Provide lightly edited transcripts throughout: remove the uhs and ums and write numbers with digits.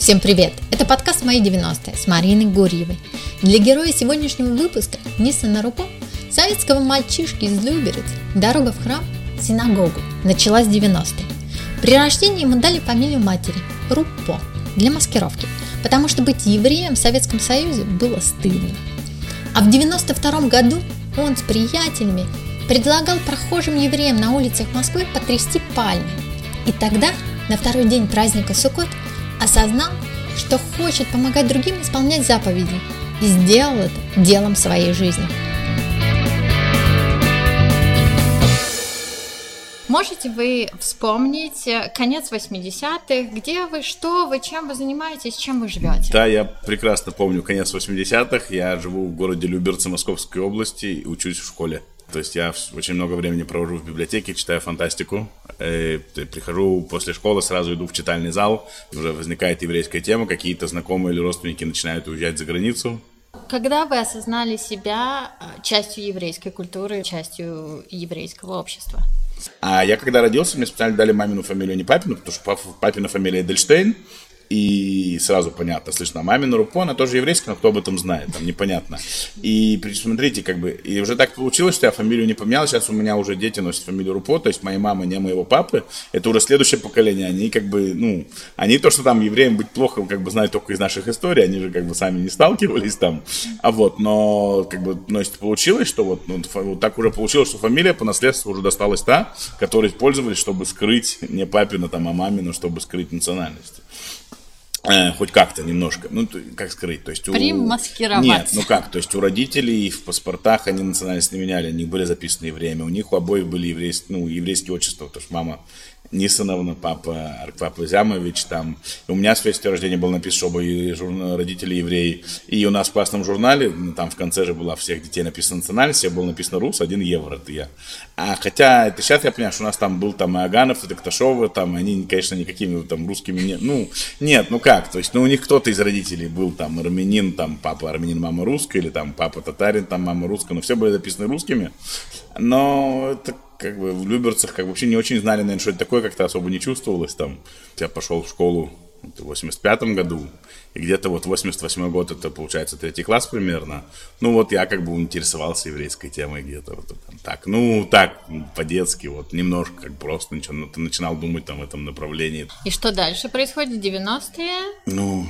Всем привет! Это подкаст «Мои 90-е» с Мариной Гурьевой. Для героя сегодняшнего выпуска Нисана Рупо, советского мальчишки из Люберец, дорога в храм, синагогу, началась в 90-е. При рождении ему дали фамилию матери – Рупо, для маскировки, потому что быть евреем в Советском Союзе было стыдно. А в 92 году он с приятелями предлагал прохожим евреям на улицах Москвы потрясти пальмы. И тогда, на второй день праздника Суккот, осознал, что хочет помогать другим исполнять заповеди, и сделал это делом своей жизни. Можете вы вспомнить конец 80-х, где вы, что вы, чем вы занимаетесь, чем вы живете? Да, я прекрасно помню конец 80-х, я живу в городе Люберцы Московской области и учусь в школе. То есть я очень много времени провожу в библиотеке, читаю фантастику, прихожу после школы, сразу иду в читальный зал, уже возникает еврейская тема, какие-то знакомые или родственники начинают уезжать за границу. Когда вы осознали себя частью еврейской культуры, частью еврейского общества? А я когда родился, мне специально дали мамину фамилию, а не папину, потому что папина фамилия Эдельштейн. И сразу понятно, слышно, мамина Рупо, она тоже еврейская, но кто об этом знает, там непонятно. И смотрите, и уже так получилось, что я фамилию не поменял, сейчас у меня уже дети носят фамилию Рупо, то есть моей мамы, не моего папы, это уже следующее поколение, они они то, что там евреям быть плохо, знают только из наших историй, они же сами не сталкивались там, но если получилось, что вот так уже получилось, что фамилия по наследству уже досталась та, которой использовались, чтобы скрыть не папину, а мамину, чтобы скрыть национальность. Хоть как-то немножко, как скрыть, то есть примаскировать. Нет, то есть у родителей в паспортах они национальность не меняли, они были записаны евреями, у них у обоих были еврейские отчества, потому что мама Нисановна, папа Зямович, там, и у меня в свидетельстве о рождении было написано, что оба родители евреи, и у нас в классном журнале, там в конце же была всех детей написана национальность, всех было написано рус, 1 евро, это я. Хотя, это сейчас я понимаю, что у нас там был и Аганов, и Токташовы, они, конечно, никакими русскими нет, то есть, у них кто-то из родителей был армянин, папа армянин, мама русская, или папа татарин, мама русская, но все были записаны русскими, но это в Люберцах вообще не очень знали, наверное, что это такое, как-то особо не чувствовалось там. Я пошел в школу в 85-м году, и где-то 88-й год, это получается 3-й класс примерно. Я интересовался еврейской темой где-то так, по-детски, немножко, просто начинал думать в этом направлении. И что дальше происходит в 90-е?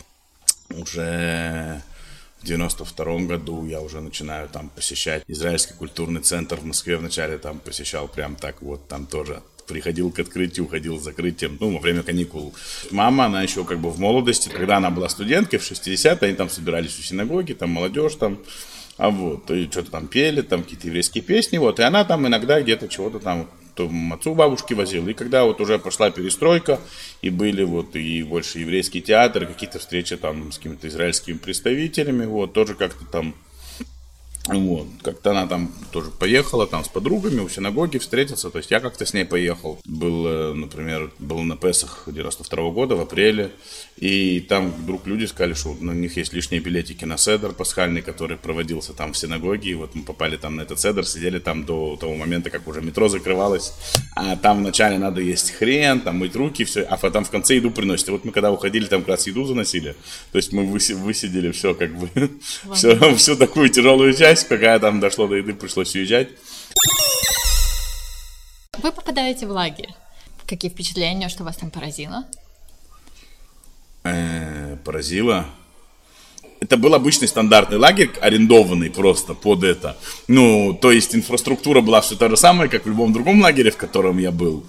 Уже... В 92 году я уже начинаю посещать Израильский культурный центр в Москве. Вначале посещал прям так там тоже приходил к открытию, уходил с закрытием, во время каникул. Мама, она еще в молодости, когда она была студенткой, в 60-е, они собирались у синагоги, молодежь и что-то пели, какие-то еврейские песни, и она иногда где-то чего-то отцу бабушки возил. И когда уже пошла перестройка, и были и больше еврейский театр, и какие-то встречи с какими-то израильскими представителями, тоже как-то как-то она тоже поехала с подругами у синагоги встретиться, то есть я как-то с ней поехал. Был на Песах 92 года в апреле, и там вдруг люди сказали, что у них есть лишние билетики на седер пасхальный, который проводился в синагоге, и мы попали на этот седер, сидели до того момента, как уже метро закрывалось, а там вначале надо есть хрен, мыть руки, все, а там в конце еду приносят. И мы когда уходили, как раз еду заносили, то есть мы высидели все всю такую тяжелую часть. Когда дошло до еды, пришлось уезжать. Вы попадаете в лагерь. Какие впечатления, что вас там поразило? Поразило? Это был обычный стандартный лагерь, арендованный просто под это. То есть инфраструктура была все та же самая, как в любом другом лагере, в котором я был.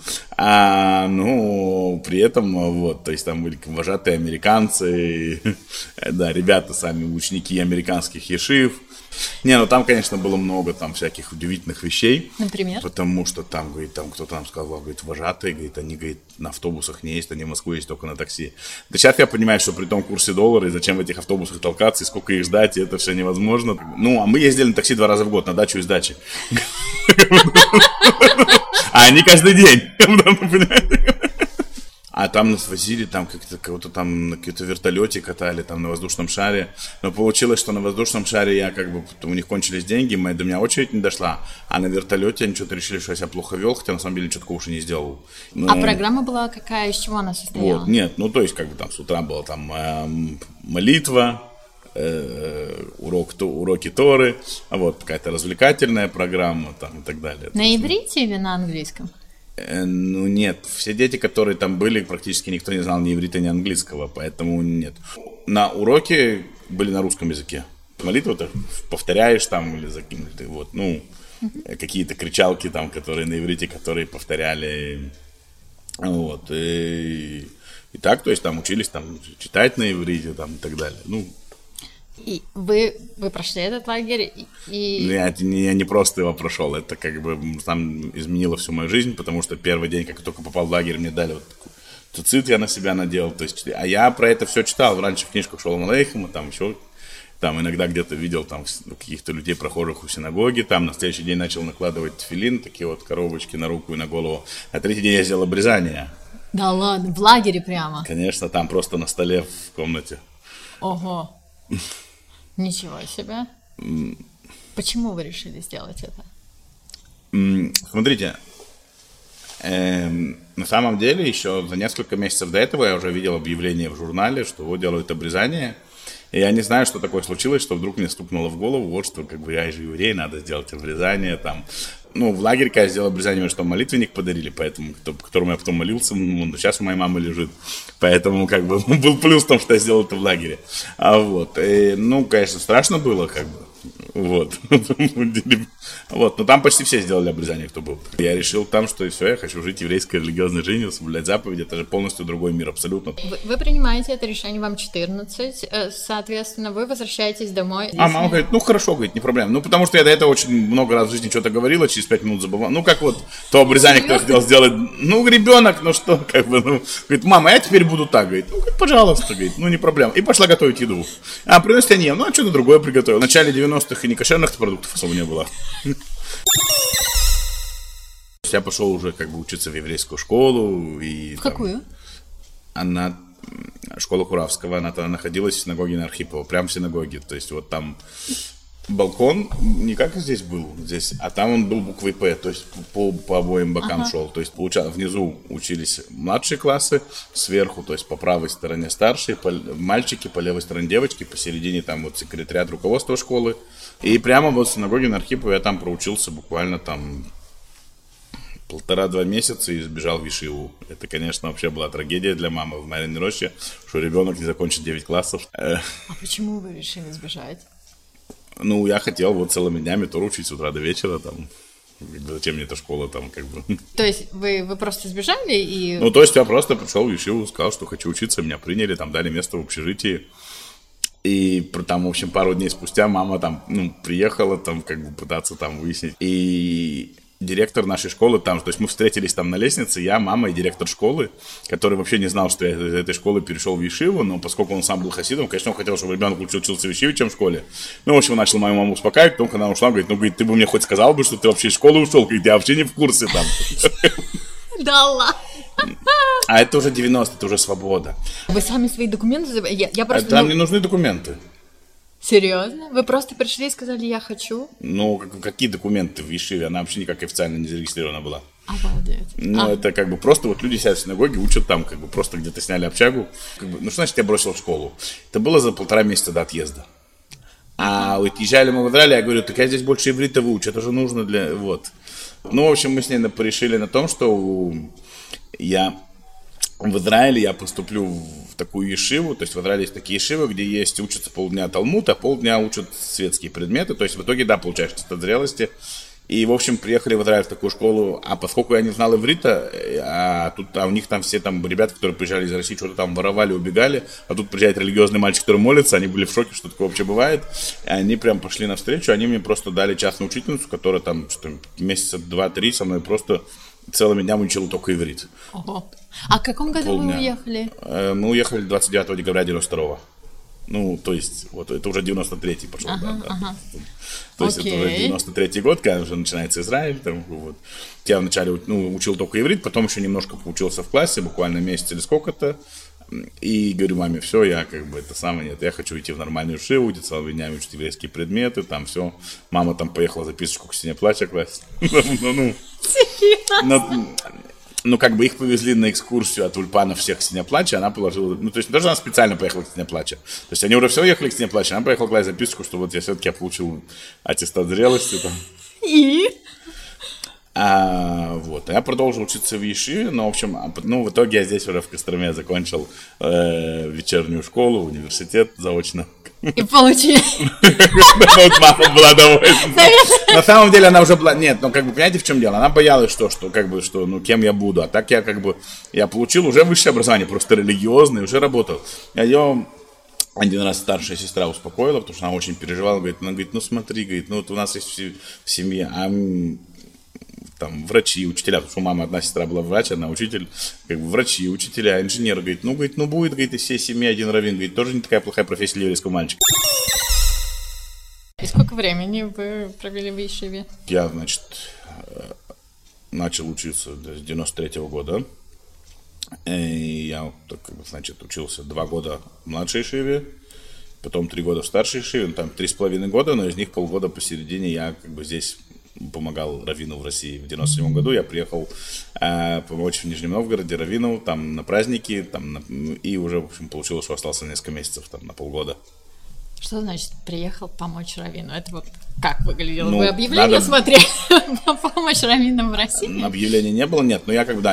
При этом, то есть там были вожатые американцы, да, ребята сами, ученики американских ешив. Там, конечно, было много всяких удивительных вещей. Например? Потому что кто-то сказал, вожатые, они, на автобусах не есть, они в Москву есть только на такси. Да сейчас я понимаю, что при том курсе доллара, и зачем в этих автобусах толкаться, и сколько их ждать, и это все невозможно. А мы ездили на такси 2 раза в год, на дачу и с дачи. А они каждый день. А там нас возили, там как-то кого-то там на каком-то вертолете катали, там на воздушном шаре. Но получилось, что на воздушном шаре я как бы, у них кончились деньги, до меня очередь не дошла. А на вертолете они что-то решили, что я себя плохо вел, хотя на самом деле ничего такого уж и не сделал. А программа была какая, из чего она состояла? Вот, нет, то есть как бы там с утра была там молитва, уроки Торы, а вот какая-то развлекательная программа там и так далее. На иврите или на английском? Нет, все дети, которые там были, практически никто не знал ни иврита, ни английского, поэтому нет. На уроке были на русском языке. Молитву ты повторяешь там или закинуть, вот, какие-то кричалки там, которые на иврите, которые повторяли, вот, и так, то есть там учились там читать на иврите там и так далее, И вы прошли этот лагерь Я не просто его прошел, это как бы там изменило всю мою жизнь, потому что первый день, как я только попал в лагерь, мне дали вот цицит, я на себя надел, то есть, а я про это все читал, раньше в книжках Шолома Алейхема, там еще, там иногда где-то видел там каких-то людей, прохожих у синагоги, там на следующий день начал накладывать тфилин, такие вот коробочки на руку и на голову, а третий день я сделал обрезание. Да ладно, в лагере прямо? Конечно, там просто на столе в комнате. Ого. Ничего себе. Почему вы решили сделать это? Смотрите, на самом деле еще за несколько месяцев до этого я уже видел объявление в журнале, что вот делают обрезание. И я не знаю, что такое случилось, что вдруг мне стукнуло в голову, вот что как бы я же еврей, надо сделать обрезание там. В лагерь, когда я сделал обрезание, мне что, молитвенник подарили, поэтому, которому я потом молился, он сейчас у моей мамы лежит. Поэтому, как бы, был плюс в том, что я сделал это в лагере. Конечно, страшно было, как бы, вот. Вот, но там почти все сделали обрезание, кто был. Я решил там, что все, я хочу жить еврейской религиозной жизнью, соблюдать заповеди, это же полностью другой мир, абсолютно. Вы принимаете это решение, вам 14, соответственно, вы возвращаетесь домой. Мама говорит, хорошо, говорит, не проблема. Потому что я до этого очень много раз в жизни что-то говорила, через 5 минут забывал. Как вот то обрезание, кто хотел сделать. Ребенок, что, как бы, говорит, мама, я теперь буду так, говорит, пожалуйста, говорит, не проблема. И пошла готовить еду. Приносит я не ем, что-то другое приготовил. В начале 90-х и некошерных продуктов особо не было. Я пошел уже как бы учиться в еврейскую школу. В какую? Школа Куравского, она находилась в синагоге на Архипова, прямо в синагоге. То есть вот там балкон не как здесь был, а там он был буквой П, то есть по обоим бокам шел. То есть внизу учились младшие классы, сверху, то есть по правой стороне старшие, мальчики, по левой стороне девочки, посередине там вот секретариат руководства школы. И прямо вот в синагоге на Архипова я там проучился буквально там 1,5-2 месяца и сбежал в Ешиву. Это, конечно, вообще была трагедия для мамы в Мариной Роще, что ребенок не закончит 9 классов. А почему вы решили сбежать? Я хотел вот целыми днями Тору учить с утра до вечера, там, зачем мне эта школа, там, как бы. То есть вы просто сбежали и... То есть я просто пришел в Ешиву, сказал, что хочу учиться, меня приняли, там, дали место в общежитии. И там, в общем, пару дней спустя мама там, приехала, там, как бы пытаться там выяснить. И директор нашей школы там, то есть мы встретились там на лестнице, я, мама и директор школы, который вообще не знал, что я из этой школы перешел в Ешиву, но поскольку он сам был хасидом, конечно, он хотел, чтобы ребенок лучше учился в Ешиве, чем в школе. В общем, он начал мою маму успокаивать, потом, когда она ушла, говорит, ты бы мне хоть сказал бы, что ты вообще из школы ушел, говорит, я вообще не в курсе там. Да ладно. А это уже 90, это уже свобода. Вы сами свои документы... Я просто... Там не нужны документы. Серьезно? Вы просто пришли и сказали, я хочу? Какие документы в Ешиве? Она вообще никак официально не зарегистрирована была. Обалдеть. Это как бы просто вот люди сидят в синагоге, учат там, как бы просто где-то сняли общагу. Что значит я бросил школу? Это было за 1,5 месяца до отъезда. А уезжали мы в Израиль, я говорю, так я здесь больше иврита выучу, это же нужно для... Вот. В общем, мы с ней порешили на том, что в Израиле я поступлю в такую ешиву, то есть в Израиле есть такие ешивы, где учатся полдня Талмуд, а полдня учат светские предметы, то есть в итоге, да, получаешь от зрелости. И, в общем, приехали в Израиль в такую школу, а поскольку я не знал иврита, у них там все там ребята, которые приезжали из России, что-то там воровали, убегали, а тут приезжает религиозный мальчик, который молится, они были в шоке, что такое вообще бывает, и они прям пошли навстречу, они мне просто дали частную учительницу, которая там месяца 2-3 со мной просто целыми днями учила только иврит. Ого. А в каком году вы уехали? Мы уехали 29 декабря 92-го. Ну, то есть, вот это уже 93-й пошел, да. То есть Окей. это уже 93-й год, когда уже начинается Израиль, там, вот. Я вначале учил только иврит, потом еще немножко поучился в классе, буквально месяц или сколько-то. И говорю маме, все, я как бы это самое, нет, я хочу идти в нормальную шиву, учить целыми днями, учить еврейские предметы, там все. Мама там поехала записочку к стене плача класть. Ну, как бы их повезли на экскурсию от Ульпана всех к стене плача, она положила, ну, то есть не то, что она специально поехала к стене плача, то есть они уже все ехали к стене плача, она поехала класть записку, что вот я все-таки получил аттестат зрелости там. И? Вот, я продолжил учиться в Ешиве, но, в общем, ну, в итоге я здесь уже в Костроме закончил вечернюю школу, университет заочно. И получили. Вот мама была довольна. На самом деле она уже была, нет, ну, как бы, понимаете, в чем дело? Она боялась, что, как бы, что, ну, кем я буду, а так я, как бы, я получил уже высшее образование, просто религиозное, уже работал. Ее один раз старшая сестра успокоила, потому что она очень переживала, говорит, ну, смотри, говорит, ну, вот у нас есть в семье, там, врачи, учителя, потому что у мамы одна сестра была врач, одна учитель, как бы врачи, учителя, инженер, говорит, ну, будет, говорит, из всей семьи один раввин, говорит, тоже не такая плохая профессия для еврейского мальчика. И сколько времени вы провели в Ешиве? Я, значит, начал учиться с 93-го года, и я, значит, учился 2 года в младшей Ешиве, потом 3 года в старшей Ешиве, там 3,5 года, но из них полгода посередине я, как бы, здесь помогал раввину в России. В 97 году я приехал помочь в Нижнем Новгороде раввину там на праздники, там, и уже, в общем, получилось, что остался несколько месяцев, там, на полгода. Что значит приехал помочь раввину? Это вот как выглядело? Ну, Вы объявление смотрели на помощь раввинам в России? Объявления не было, нет, но я когда,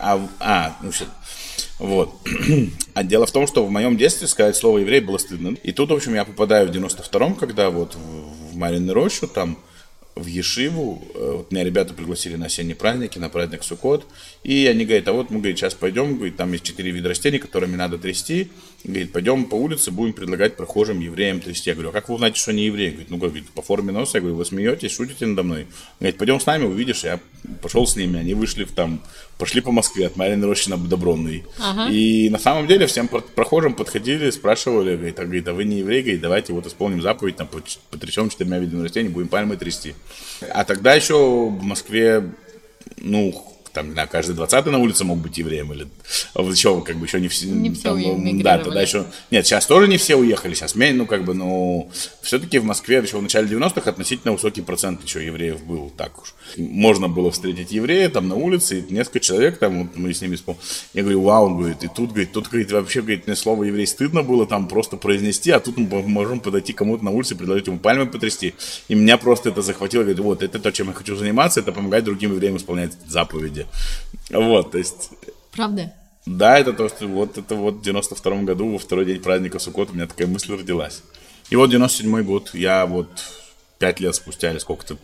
ну все. Вот. А дело в том, что в моем детстве сказать слово еврей было стыдно. И тут, в общем, я попадаю в 92-м, когда вот в Марьину рощу, там, в Ешиву, вот меня ребята пригласили на осенние праздники, на праздник Суккот, и они говорят, а вот мы, говорит, сейчас пойдем, говорит, там есть 4 вида растений, которыми надо трясти, говорит, пойдем по улице, будем предлагать прохожим евреям трясти. Я говорю, а как вы узнаете, что они евреи? Говорит, ну, говорит, по форме носа. Я говорю, вы смеетесь, шутите надо мной? Говорит, пойдем с нами, увидишь. Я пошел с ними, они вышли пошли по Москве от Марьиной рощи на Добронный. И на самом деле всем прохожим подходили, спрашивали, говорит, а вы не еврей? Говорит, давайте вот исполним заповедь, там, потрясем 4 видами растений, будем пальмы трясти. А тогда еще в Москве, ну, там, не знаю, каждый 20-й на улице мог быть евреем, или еще, как бы, еще не все эмигрировали. Да, тогда еще, нет, сейчас тоже не все уехали, сейчас, ну, как бы, ну, все-таки в Москве еще в начале 90-х относительно высокий процент еще евреев был, так уж. Можно было встретить еврея там на улице, и несколько человек, там, вот мы с ними вспомнили, я говорю, вау, он говорит, и тут, говорит, вообще, говорит, мне слово еврей стыдно было там просто произнести, а тут мы можем подойти кому-то на улице, предложить ему пальмы потрясти, и меня просто это захватило, говорит, вот, это то, чем я хочу заниматься, это помогать другим евреям исполнять заповеди. Вот, то есть... Правда? Да, это то, что вот в 92-м году, во второй день праздника Суккот, у меня такая мысль родилась. И вот 97-й год, я вот 5 лет спустя, или сколько-то,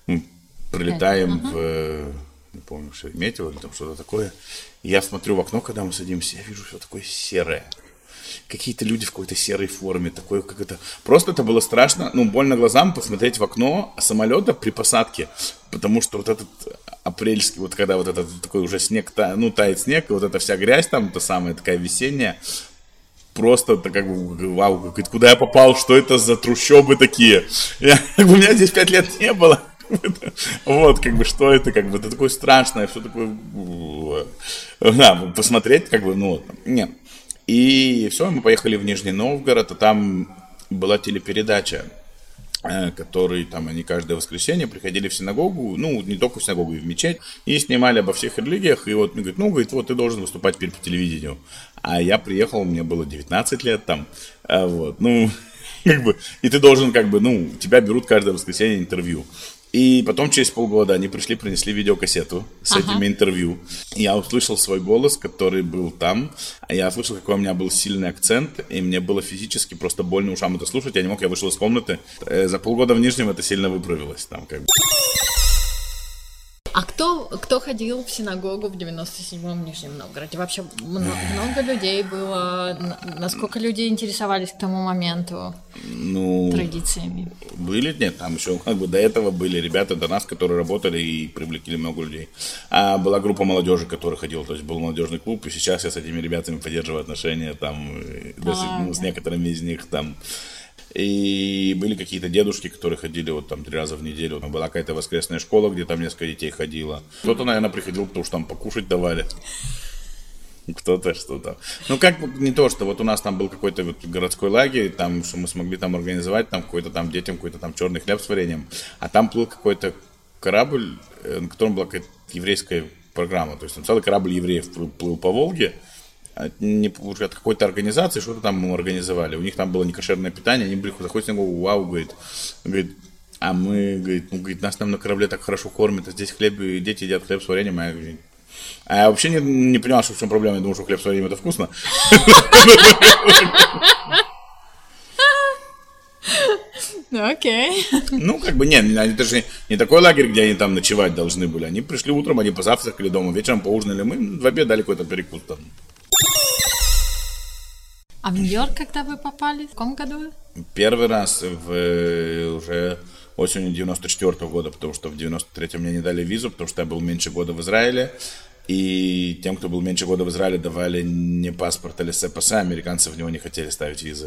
прилетаем в, не помню, Шереметьево, или там что-то такое. И я смотрю в окно, когда мы садимся, я вижу все такое серое. Какие-то люди в какой-то серой форме, такое, как это... Просто это было страшно, ну, больно глазам посмотреть в окно самолета при посадке, потому что вот этот апрельский, вот когда вот этот такой уже снег, тает снег, и вот эта вся грязь там, та самая такая весенняя, просто это как бы, вау, куда я попал, что это за трущобы такие? У меня здесь 5 лет не было. Вот, как бы, что это, как бы, это такое страшное, все такое... Да, посмотреть, как бы, ну, нет. И все, мы поехали в Нижний Новгород, а там была телепередача, которые там, они каждое воскресенье приходили в синагогу, ну, не только в синагогу, и в мечеть, и снимали обо всех религиях, и вот мне говорит, вот ты должен выступать теперь по телевидению. А я приехал, мне было 19 лет там, вот, ну, как бы, и ты должен, как бы, ну, тебя берут каждое воскресенье интервью. И потом через полгода они пришли, принесли видеокассету с этими интервью. Я услышал свой голос, который был там. А я услышал, какой у меня был сильный акцент. И мне было физически просто больно ушам это слушать. Я не мог, я вышел из комнаты. За полгода в Нижнем это сильно выправилось. Там как бы. А кто ходил в синагогу в 97-м Нижнем Новгороде? Вообще много людей было? Насколько люди интересовались к тому моменту традициями? Нет, там еще до этого были ребята до нас, которые работали и привлекли много людей. А была группа молодежи, которая ходила, то есть был молодежный клуб, и сейчас я с этими ребятами поддерживаю отношения, с некоторыми из них там. И были какие-то дедушки, которые ходили 3 раза в неделю. Была какая-то воскресная школа, где там несколько детей ходило. Кто-то, наверное, приходил, потому что там покушать давали. Кто-то что-то. Не то, что у нас там был какой-то городской лагерь, там, что мы смогли там организовать, там какой-то там детям какой-то там черный хлеб с вареньем. А там плыл какой-то корабль, на котором была какая-то еврейская программа. То есть там целый корабль евреев плыл по Волге. От какой-то организации что-то там организовали. У них там было некошерное питание, они заходят в синагогу, вау, говорит, а мы, говорит, нас там на корабле так хорошо кормят, а здесь хлеб, и дети едят хлеб с вареньем, а я вообще не понимал, что в чем проблема, я думал, что хлеб с вареньем это вкусно. Окей. Это же не такой лагерь, где они там ночевать должны были. Они пришли утром, они позавтракали дома, вечером поужинали, мы в обед дали какой-то перекус там. А в Нью-Йорк когда вы попали? В каком году? Первый раз уже осенью 94-го года, потому что в 93-м мне не дали визу, потому что я был меньше года в Израиле. И тем, кто был меньше года в Израиле, давали не паспорт, а лессе-пассе, американцы в него не хотели ставить визы.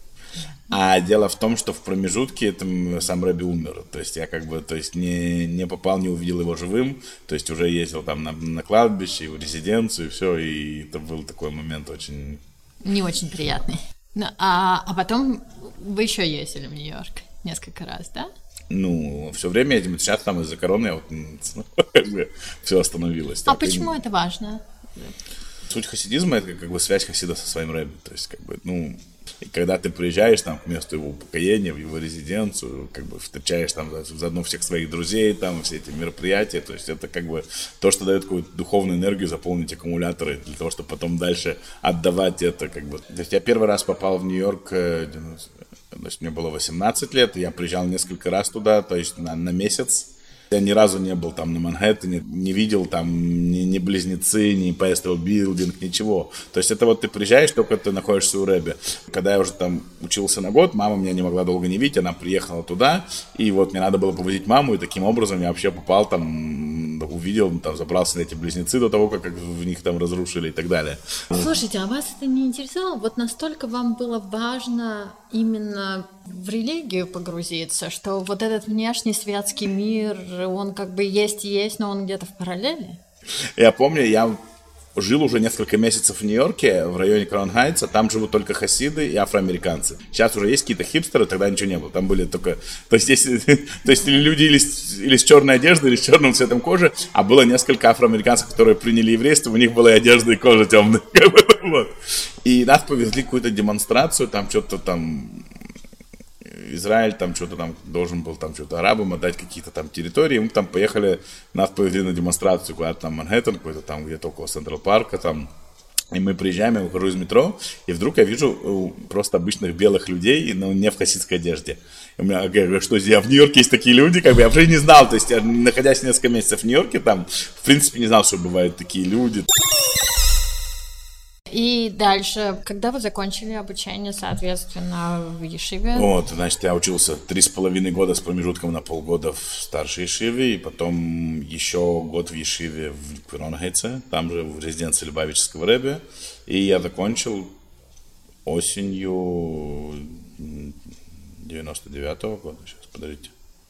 А дело в том, что в промежутке сам Рэби умер. То есть я не попал, не увидел его живым. То есть уже ездил там на кладбище, в резиденцию, и все. И это был такой момент очень... Не очень приятный. А потом вы еще ездили в Нью-Йорк несколько раз, да? Все время этим. Сейчас там из-за короны все остановилось. А почему это важно? Суть хасидизма — это связь хасида со своим рэбби. То есть и когда ты приезжаешь там к месту его упокоения, в его резиденцию, встречаешь там заодно всех своих друзей, там все эти мероприятия, то есть это то, что дает какую-то духовную энергию, заполнить аккумуляторы для того, чтобы потом дальше отдавать это. То есть я первый раз попал в Нью-Йорк, мне было 18 лет, и я приезжал несколько раз туда, то есть на месяц. Я ни разу не был там на Манхэттене, не видел там ни Близнецы, ни Пестел Билдинг, ничего. То есть это ты приезжаешь, только ты находишься у рэбби. Когда я уже там учился на год, мама меня не могла долго не видеть, она приехала туда, и мне надо было повозить маму, и таким образом я вообще попал там, увидел, там забрался на эти Близнецы до того, как в них там разрушили и так далее. Слушайте, а вас это не интересовало? Настолько вам было важно именно в религию погрузиться, что этот внешний светский мир, он есть, но он где-то в параллели? Я помню, я жил уже несколько месяцев в Нью-Йорке, в районе Краун-Хайтса, там живут только хасиды и афроамериканцы. Сейчас уже есть какие-то хипстеры, тогда ничего не было, там были только... То есть или люди или с черной одеждой, или с черным цветом кожи, а было несколько афроамериканцев, которые приняли еврейство, у них была и одежда, и кожа темная. И нас повезли в какую-то демонстрацию, там что-то там... Израиль там что-то там должен был там что-то арабам отдать какие-то там территории. Мы там поехали, нас повезли на демонстрацию куда-то там Манхэттен, какой-то там где-то около Централ Парка там. И мы приезжаем, я выхожу из метро, и вдруг я вижу просто обычных белых людей, но не в хасидской одежде. И у меня, я говорю, что здесь, в Нью-Йорке есть такие люди, я вообще не знал, то есть я, находясь несколько месяцев в Нью-Йорке, там, в принципе, не знал, что бывают такие люди. И дальше, когда вы закончили обучение, соответственно, в Ешиве? Я учился 3,5 года с промежутком на полгода в старшей Ешиве, и потом еще год в Ешиве в Краун-Хайтсе, там же в резиденции Любавического рэбби, и я закончил осенью 99-го года. Сейчас, подождите.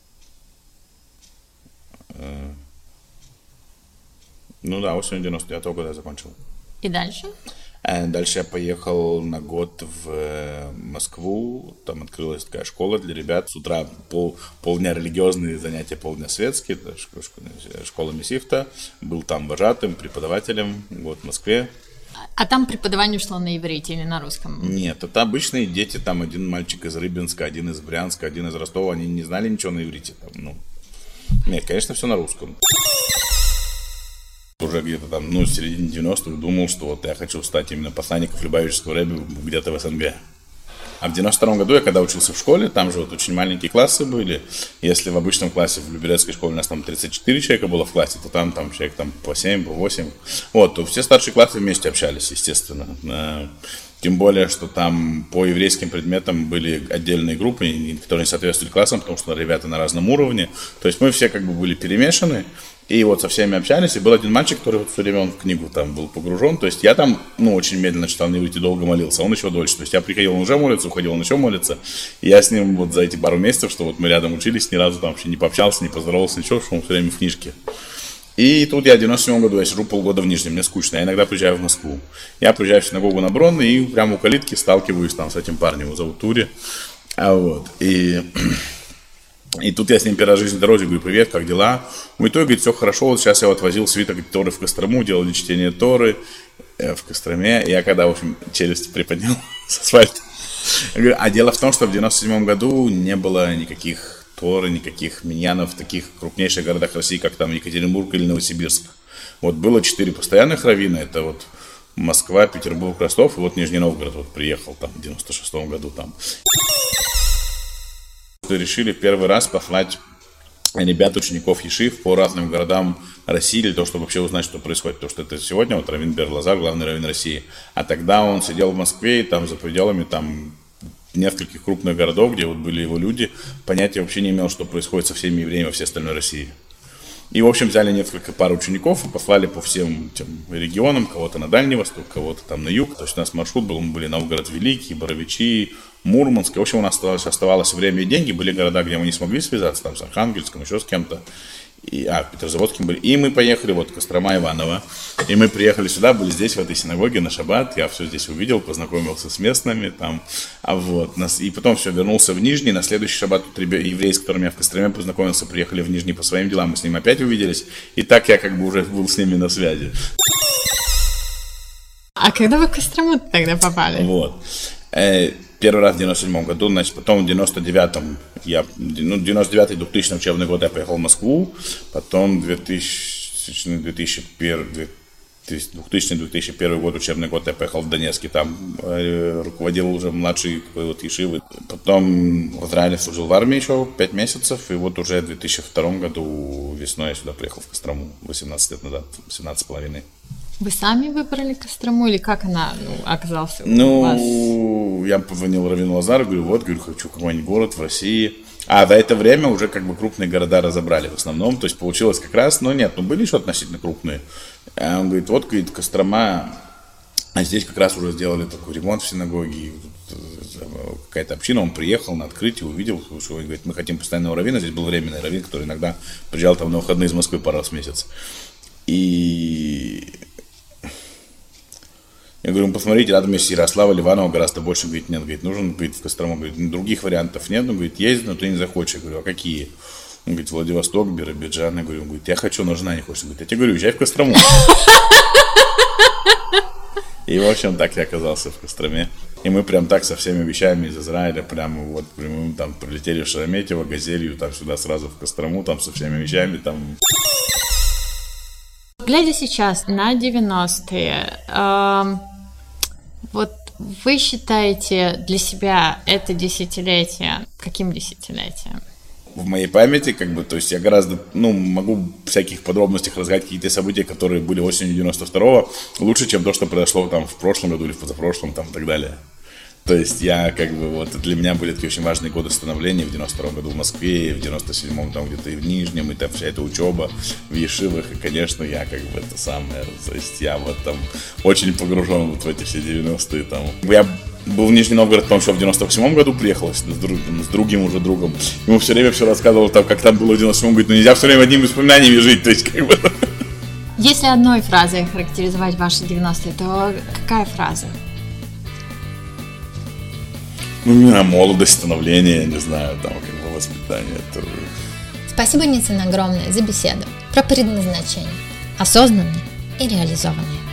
Осенью 99-го года я закончил. И дальше? Дальше я поехал на год в Москву, там открылась такая школа для ребят. С утра полдня религиозные занятия, полдня светские, школа Месифта. Был там вожатым, преподавателем, в Москве. А там преподавание шло на иврите или на русском? Нет, это обычные дети, там один мальчик из Рыбинска, один из Брянска, один из Ростова, они не знали ничего на иврите. Нет, конечно, все на русском. Уже где-то там, в середине 90-х думал, что я хочу стать именно посланником Любавического рэбби где-то в СНГ. А в 92-м году я когда учился в школе, там же вот очень маленькие классы были. Если в обычном классе, в Люберецкой школе у нас там 34 человека было в классе, то там человек там по 7, по 8. Вот, то все старшие классы вместе общались, естественно. Тем более, что там по еврейским предметам были отдельные группы, которые не соответствовали классам, потому что ребята на разном уровне. То есть мы все как бы были перемешаны. И вот со всеми общались, и был один мальчик, который вот все время он в книгу там был погружен. То есть я там, очень медленно читал на иврите, долго молился, он еще дольше. То есть я приходил, он уже молится, уходил, он еще молится. И я с ним вот за эти пару месяцев, что вот мы рядом учились, ни разу там вообще не пообщался, не поздоровался, ничего, что он все время в книжке. И тут я в 97 году, я сижу полгода в Нижнем, мне скучно, я иногда приезжаю в Москву. Я приезжаю в синагогу на Бронной и прямо у калитки сталкиваюсь там с этим парнем, его зовут Тури. И тут я с ним первый раз в жизни дороге, говорю, привет, как дела? В итоге, говорит, все хорошо, вот сейчас я вот возил свиток Торы в Кострому, делали чтение Торы в Костроме. Я когда, в общем, челюсть приподнял с асфальта. А дело в том, что в 97 году не было никаких Торы, никаких миньянов в таких крупнейших городах России, как там Екатеринбург или Новосибирск. Вот было 4 постоянных раввина, это вот Москва, Петербург, Ростов, и вот Нижний Новгород вот приехал там в 96 году там. Решили первый раз послать ребят, учеников Ешив по разным городам России для того, чтобы вообще узнать, что происходит. Потому что это сегодня вот раввин Бер Лазар, главный раввин России. А тогда он сидел в Москве, и там за пределами там нескольких крупных городов, где вот были его люди, понятия вообще не имел, что происходит со всеми евреями во всей остальной России. И, в общем, взяли несколько пар учеников и послали по всем этим регионам, кого-то на Дальний Восток, кого-то там на юг. То есть у нас маршрут был, мы были Новгород Великий, Боровичи, Мурманск. В общем, у нас оставалось время и деньги. Были города, где мы не смогли связаться, там с Архангельском, еще с кем-то. Петрозаводским были. И мы поехали, вот, Кострома, Иваново. И мы приехали сюда, были здесь, в этой синагоге, на шаббат. Я все здесь увидел, познакомился с местными там. И потом все, вернулся в Нижний. На следующий шаббат тут евреи, с которыми я в Костроме познакомился, приехали в Нижний по своим делам. Мы с ними опять увиделись. И так я как бы уже был с ними на связи. А когда вы в Кострому тогда попали? Вот. Первый раз в 97 году, значит, потом в 99-м, 99-2000 учебный год я поехал в Москву, потом 2000-2001 год, учебный год, я поехал в Донецк, и там руководил уже младший вот ешивы. Потом в Израиле служил в армии еще 5 месяцев, и вот уже в 2002 году весной я сюда приехал в Кострому, 18 лет назад, 18,5. Вы сами выбрали Кострому или как она оказалась у вас? Я позвонил раввину Лазару, говорю, хочу какой-нибудь город в России. А в это время уже как бы крупные города разобрали в основном, то есть получилось как раз, были еще относительно крупные. А он говорит, говорит, Кострома, а здесь как раз уже сделали такой ремонт в синагоге, какая-то община, он приехал на открытие, увидел, что он говорит, мы хотим постоянного раввина, здесь был временный раввин, который иногда приезжал там на выходные из Москвы пару раз в месяц. И я говорю, посмотрите, рядом есть Ярослава, Ливанова, гораздо больше, говорит, нет, говорит, нужен, говорит, в Кострому, говорит, других вариантов нет, он говорит, есть, но ты не захочешь, я говорю, а какие? Он говорит, Владивосток, Биробиджан, я говорю, он говорит, я хочу, но жена не хочет, он говорит, я тебе говорю, езжай в Кострому. И, в общем, так я оказался в Костроме. И мы прям так со всеми вещами из Израиля, прямо вот, мы там прилетели в Шереметьево, Газелью, там сюда сразу в Кострому, там со всеми вещами, там. Глядя сейчас на 90-е, вот вы считаете для себя это десятилетие каким десятилетием? В моей памяти, то есть я гораздо, могу в всяких подробностях рассказать какие-то события, которые были осенью 92-го, лучше, чем то, что произошло там в прошлом году или в позапрошлом, там и так далее. То есть я для меня были такие очень важные годы становления в 92-м году в Москве, в 97-м там где-то и в Нижнем, и там вся эта учеба в ешивах, и, конечно, я это самое, то есть я там очень погружен в эти все 90-е там. Я был в Нижний Новгород, потом еще в 98-м году приехал с другим уже другом. Ему все время все рассказывал, как там было в 97-м, говорит, нельзя все время одними воспоминаниями жить, то есть Если одной фразой характеризовать ваши 90-е, то какая фраза? Молодость, становление, не знаю, воспитание. Спасибо, Ницин, огромное за беседу про предназначение, осознанное и реализованное.